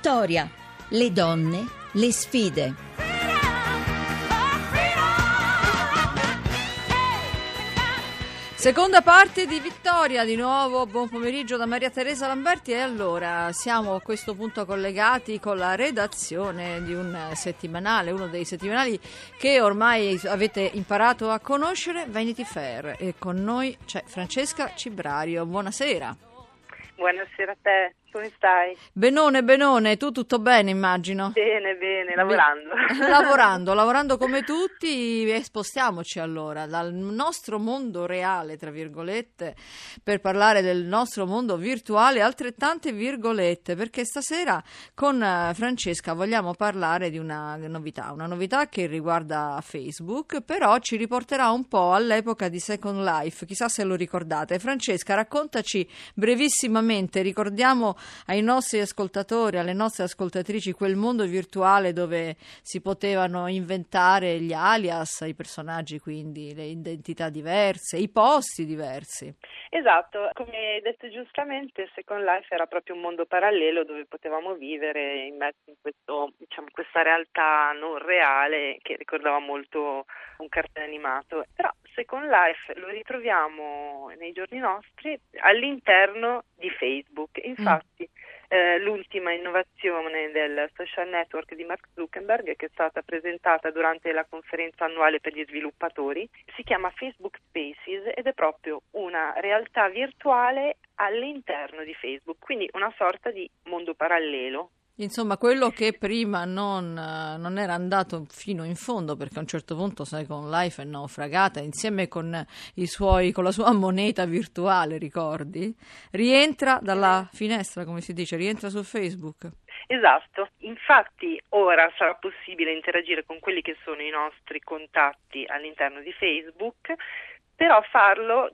Vittoria, le donne, le sfide. Seconda parte di Vittoria, di nuovo buon pomeriggio da Maria Teresa Lamberti. E allora siamo a questo punto collegati con la redazione di un settimanale, uno dei settimanali che ormai avete imparato a conoscere, Vanity Fair, e con noi c'è Francesca Cibrario. Buonasera. Buonasera a te, come stai? Benone, tu tutto bene immagino? Bene, lavorando. Lavorando come tutti, e spostiamoci allora dal nostro mondo reale, tra virgolette, per parlare del nostro mondo virtuale, altrettante virgolette, perché stasera con Francesca vogliamo parlare di una novità che riguarda Facebook, però ci riporterà un po' all'epoca di Second Life, chissà se lo ricordate. Francesca, raccontaci brevissimamente, ricordiamo ai nostri ascoltatori, alle nostre ascoltatrici, quel mondo virtuale dove si potevano inventare gli alias, i personaggi, quindi le identità diverse, i posti diversi. Esatto, come hai detto giustamente, Second Life era proprio un mondo parallelo dove potevamo vivere immersi in questa realtà non reale che ricordava molto un cartone animato. Però Second Life lo ritroviamo nei giorni nostri all'interno di Facebook. Infatti l'ultima innovazione del social network di Mark Zuckerberg, che è stata presentata durante la conferenza annuale per gli sviluppatori, si chiama Facebook Spaces ed è proprio una realtà virtuale all'interno di Facebook, quindi una sorta di mondo parallelo. Insomma, quello che prima non era andato fino in fondo, perché a un certo punto Second Life è naufragata insieme con la sua moneta virtuale, ricordi? Rientra dalla finestra, come si dice, rientra su Facebook. Esatto, infatti ora sarà possibile interagire con quelli che sono i nostri contatti all'interno di Facebook, però farlo,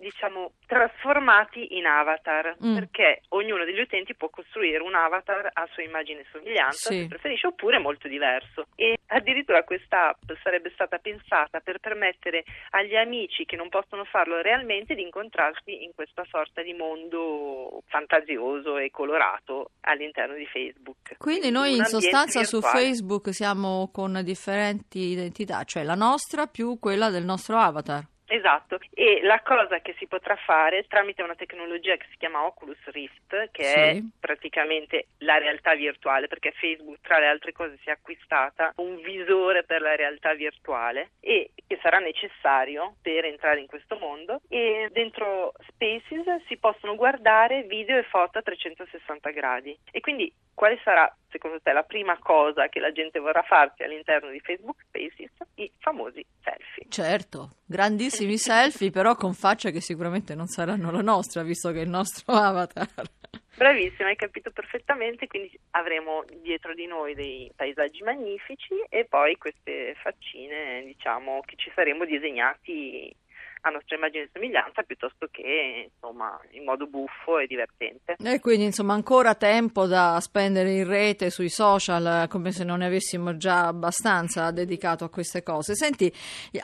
trasformati in avatar, perché ognuno degli utenti può costruire un avatar a sua immagine e somiglianza, se preferisce, oppure molto diverso. E addirittura questa app sarebbe stata pensata per permettere agli amici che non possono farlo realmente di incontrarsi in questa sorta di mondo fantasioso e colorato all'interno di Facebook. Quindi noi in sostanza virtuale. Su Facebook siamo con differenti identità, cioè la nostra più quella del nostro avatar. Esatto, e la cosa che si potrà fare tramite una tecnologia che si chiama Oculus Rift, che è praticamente la realtà virtuale, perché Facebook tra le altre cose si è acquistata un visore per la realtà virtuale e che sarà necessario per entrare in questo mondo, e dentro Spaces si possono guardare video e foto a 360 gradi. E quindi quale sarà secondo te la prima cosa che la gente vorrà farsi all'interno di Facebook Spaces? I famosi selfie. Certo, grandissimi selfie, però con facce che sicuramente non saranno la nostra, visto che è il nostro avatar. Bravissima, hai capito perfettamente, quindi avremo dietro di noi dei paesaggi magnifici e poi queste faccine, che ci saremo disegnati a nostra immagine e somiglianza, piuttosto che in modo buffo e divertente. E quindi ancora tempo da spendere in rete, sui social, come se non ne avessimo già abbastanza dedicato a queste cose. Senti,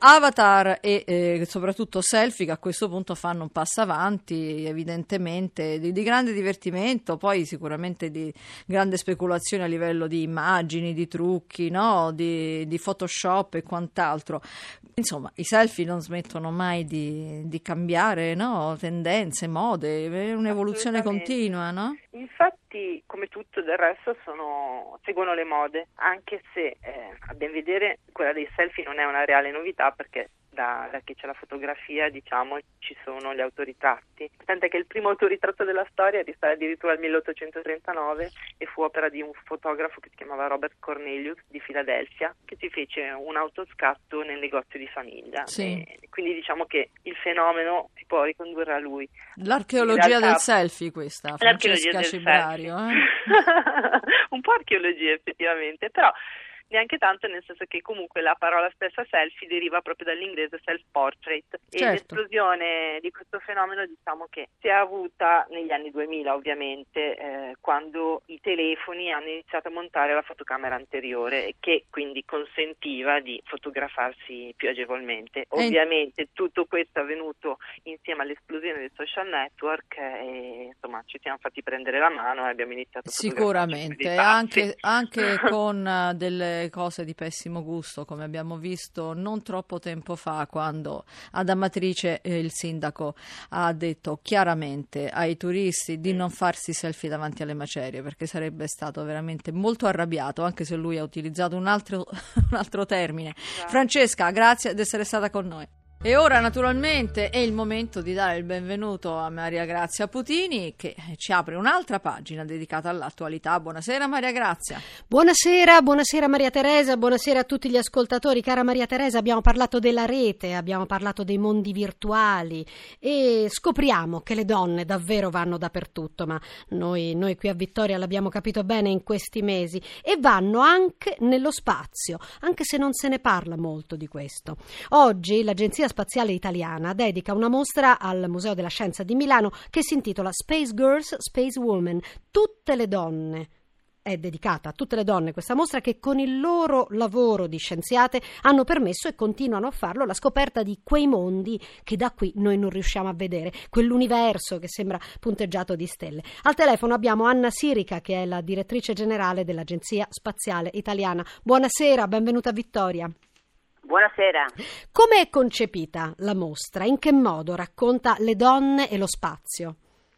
avatar e soprattutto selfie, che a questo punto fanno un passo avanti, evidentemente di grande divertimento, poi sicuramente di grande speculazione a livello di immagini, di trucchi, no? di Photoshop e quant'altro. Insomma, i selfie non smettono mai di cambiare, no? Tendenze, mode, è un'evoluzione continua, no? Infatti, come tutto del resto, seguono le mode, anche se a ben vedere quella dei selfie non è una reale novità, perché da che c'è la fotografia, ci sono gli autoritratti. Tant'è che il primo autoritratto della storia risale addirittura al 1839 e fu opera di un fotografo che si chiamava Robert Cornelius di Filadelfia, che si fece un autoscatto nel negozio di famiglia. Sì. E quindi che il fenomeno si può ricondurre a lui. L'archeologia del selfie questa, Francesca Cibrario. Un po' archeologia effettivamente, però neanche tanto, nel senso che comunque la parola stessa selfie deriva proprio dall'inglese self-portrait e l'esplosione di questo fenomeno diciamo che si è avuta negli anni 2000 ovviamente, quando i telefoni hanno iniziato a montare la fotocamera anteriore, che quindi consentiva di fotografarsi più agevolmente. Ovviamente tutto questo è avvenuto insieme all'esplosione dei social network e insomma ci siamo fatti prendere la mano e abbiamo iniziato a sicuramente, anche con delle cose di pessimo gusto, come abbiamo visto non troppo tempo fa, quando ad Amatrice il sindaco ha detto chiaramente ai turisti di non farsi selfie davanti alle macerie, perché sarebbe stato veramente molto arrabbiato, anche se lui ha utilizzato un altro termine. Francesca, grazie di essere stata con noi. E ora naturalmente è il momento di dare il benvenuto a Maria Grazia Putini, che ci apre un'altra pagina dedicata all'attualità. Buonasera Maria Grazia. Buonasera Maria Teresa, buonasera a tutti gli ascoltatori. Cara Maria Teresa, abbiamo parlato della rete, abbiamo parlato dei mondi virtuali e scopriamo che le donne davvero vanno dappertutto, ma noi qui a Vittoria l'abbiamo capito bene in questi mesi, e vanno anche nello spazio, anche se non se ne parla molto di questo. Oggi l'Agenzia Spaziale Italiana dedica una mostra al Museo della Scienza di Milano che si intitola Space Girls, Space Women. Tutte le donne, è dedicata a tutte le donne questa mostra, che con il loro lavoro di scienziate hanno permesso e continuano a farlo la scoperta di quei mondi che da qui noi non riusciamo a vedere, quell'universo che sembra punteggiato di stelle. Al telefono abbiamo Anna Sirica, che è la direttrice generale dell'Agenzia Spaziale Italiana. Buonasera, benvenuta a Vittoria. Buonasera. Come è concepita la mostra? In che modo racconta le donne e lo spazio?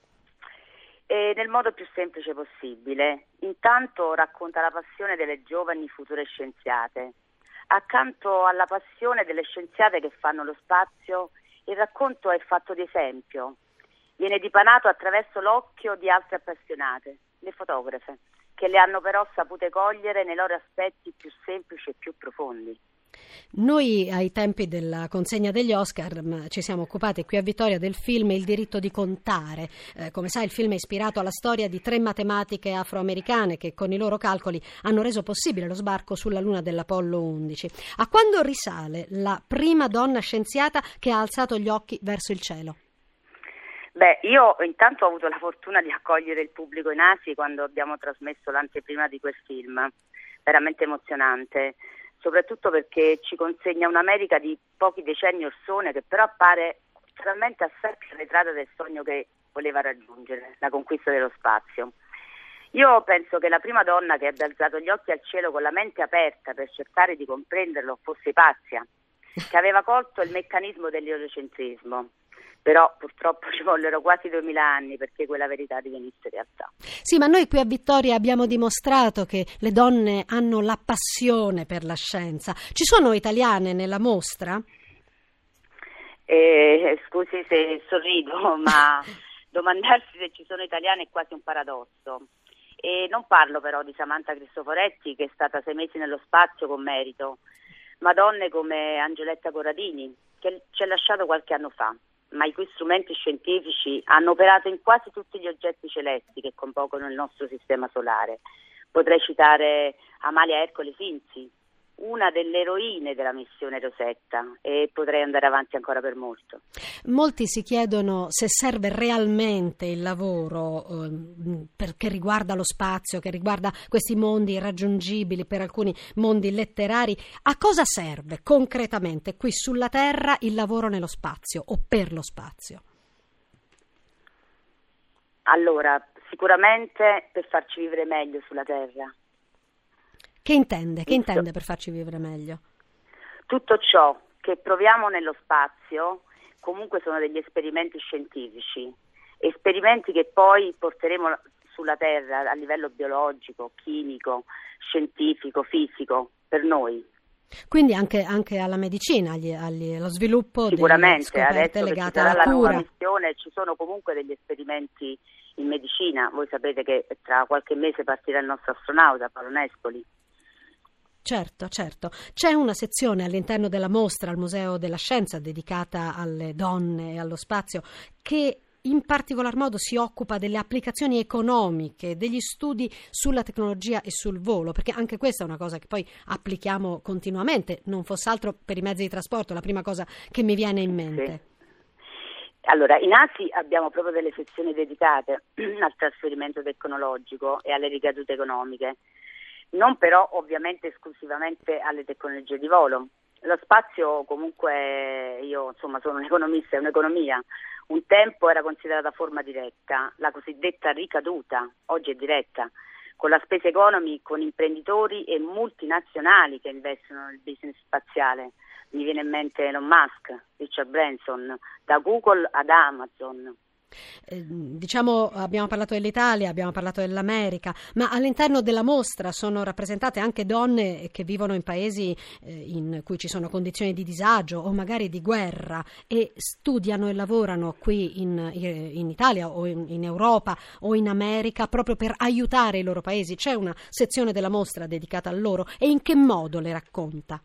Nel modo più semplice possibile. Intanto racconta la passione delle giovani future scienziate. Accanto alla passione delle scienziate che fanno lo spazio, il racconto è fatto di esempio. Viene dipanato attraverso l'occhio di altre appassionate, le fotografe, che le hanno però sapute cogliere nei loro aspetti più semplici e più profondi. Noi ai tempi della consegna degli Oscar ci siamo occupati qui a Vittoria del film Il diritto di contare. Come sai, il film è ispirato alla storia di 3 matematiche afroamericane che con i loro calcoli hanno reso possibile lo sbarco sulla Luna dell'Apollo 11. A quando risale la prima donna scienziata che ha alzato gli occhi verso il cielo? Io intanto ho avuto la fortuna di accogliere il pubblico in Asia quando abbiamo trasmesso l'anteprima di quel film, veramente emozionante, soprattutto perché ci consegna un'America di pochi decenni orsone che però appare totalmente assai più arretrata del sogno che voleva raggiungere, la conquista dello spazio. Io penso che la prima donna che abbia alzato gli occhi al cielo con la mente aperta per cercare di comprenderlo fosse Ipazia, che aveva colto il meccanismo dell'eliocentrismo. Però purtroppo ci vollero quasi 2000 anni perché quella verità divenisse realtà. Sì, ma noi qui a Vittoria abbiamo dimostrato che le donne hanno la passione per la scienza. Ci sono italiane nella mostra? Scusi se sorrido, ma domandarsi se ci sono italiane è quasi un paradosso. E non parlo però di Samantha Cristoforetti, che è stata 6 mesi nello spazio con merito, ma donne come Angeletta Corradini, che ci ha lasciato qualche anno fa, ma i cui strumenti scientifici hanno operato in quasi tutti gli oggetti celesti che compongono il nostro sistema solare. Potrei citare Amalia Ercole Finzi, una delle eroine della missione Rosetta, e potrei andare avanti ancora per molto. Molti si chiedono se serve realmente il lavoro che riguarda lo spazio, che riguarda questi mondi irraggiungibili, per alcuni mondi letterari. A cosa serve concretamente qui sulla Terra il lavoro nello spazio o per lo spazio? Allora, sicuramente per farci vivere meglio sulla Terra. Che intende per farci vivere meglio? Tutto ciò che proviamo nello spazio comunque sono degli esperimenti scientifici, esperimenti che poi porteremo sulla Terra a livello biologico, chimico, scientifico, fisico, per noi. Quindi anche alla medicina, allo sviluppo sicuramente, delle scoperte legate alla cura. Sicuramente, adesso che ci sarà la nuova missione ci sono comunque degli esperimenti in medicina. Voi sapete che tra qualche mese partirà il nostro astronauta, Paolo Nespoli. Certo. C'è una sezione all'interno della mostra al Museo della Scienza dedicata alle donne e allo spazio che in particolar modo si occupa delle applicazioni economiche, degli studi sulla tecnologia e sul volo, perché anche questa è una cosa che poi applichiamo continuamente, non fosse altro per i mezzi di trasporto, la prima cosa che mi viene in mente. Sì. Allora, in ASI abbiamo proprio delle sezioni dedicate al trasferimento tecnologico e alle ricadute economiche, non però ovviamente esclusivamente alle tecnologie di volo. Lo spazio comunque, io insomma sono un economista, è un'economia, un tempo era considerata forma diretta, la cosiddetta ricaduta, oggi è diretta, con la space economy, con imprenditori e multinazionali che investono nel business spaziale. Mi viene in mente Elon Musk, Richard Branson, da Google ad Amazon. Abbiamo parlato dell'Italia, abbiamo parlato dell'America, ma all'interno della mostra sono rappresentate anche donne che vivono in paesi in cui ci sono condizioni di disagio o magari di guerra e studiano e lavorano qui in Italia o in Europa o in America proprio per aiutare i loro paesi. C'è una sezione della mostra dedicata a loro e in che modo le racconta?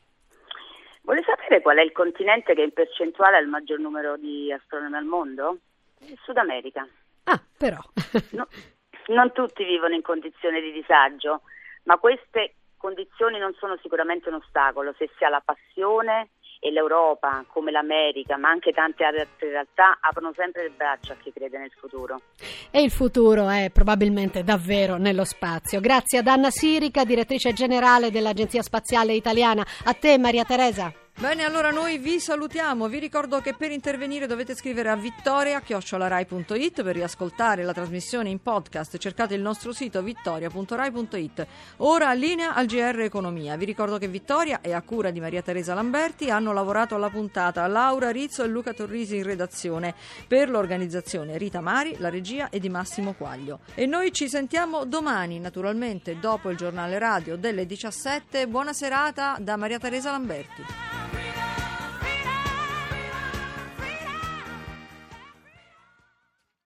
Vuole sapere qual è il continente che in percentuale ha il maggior numero di astronomi al mondo? Il Sud America. Ah, però. No, non tutti vivono in condizioni di disagio, ma queste condizioni non sono sicuramente un ostacolo se si ha la passione, e l'Europa, come l'America, ma anche tante altre realtà, aprono sempre le braccia a chi crede nel futuro. E il futuro è probabilmente davvero nello spazio. Grazie ad Anna Sirica, direttrice generale dell'Agenzia Spaziale Italiana. A te, Maria Teresa. Bene, allora noi vi salutiamo. Vi ricordo che per intervenire dovete scrivere a vittoria@rai.it per riascoltare la trasmissione in podcast. Cercate il nostro sito vittoria.rai.it. Ora linea al GR Economia. Vi ricordo che Vittoria è a cura di Maria Teresa Lamberti. Hanno lavorato alla puntata Laura Rizzo e Luca Torrisi in redazione. Per l'organizzazione Rita Mari, la regia è di Massimo Quaglio. E noi ci sentiamo domani, naturalmente dopo il giornale radio delle 17. Buona serata da Maria Teresa Lamberti.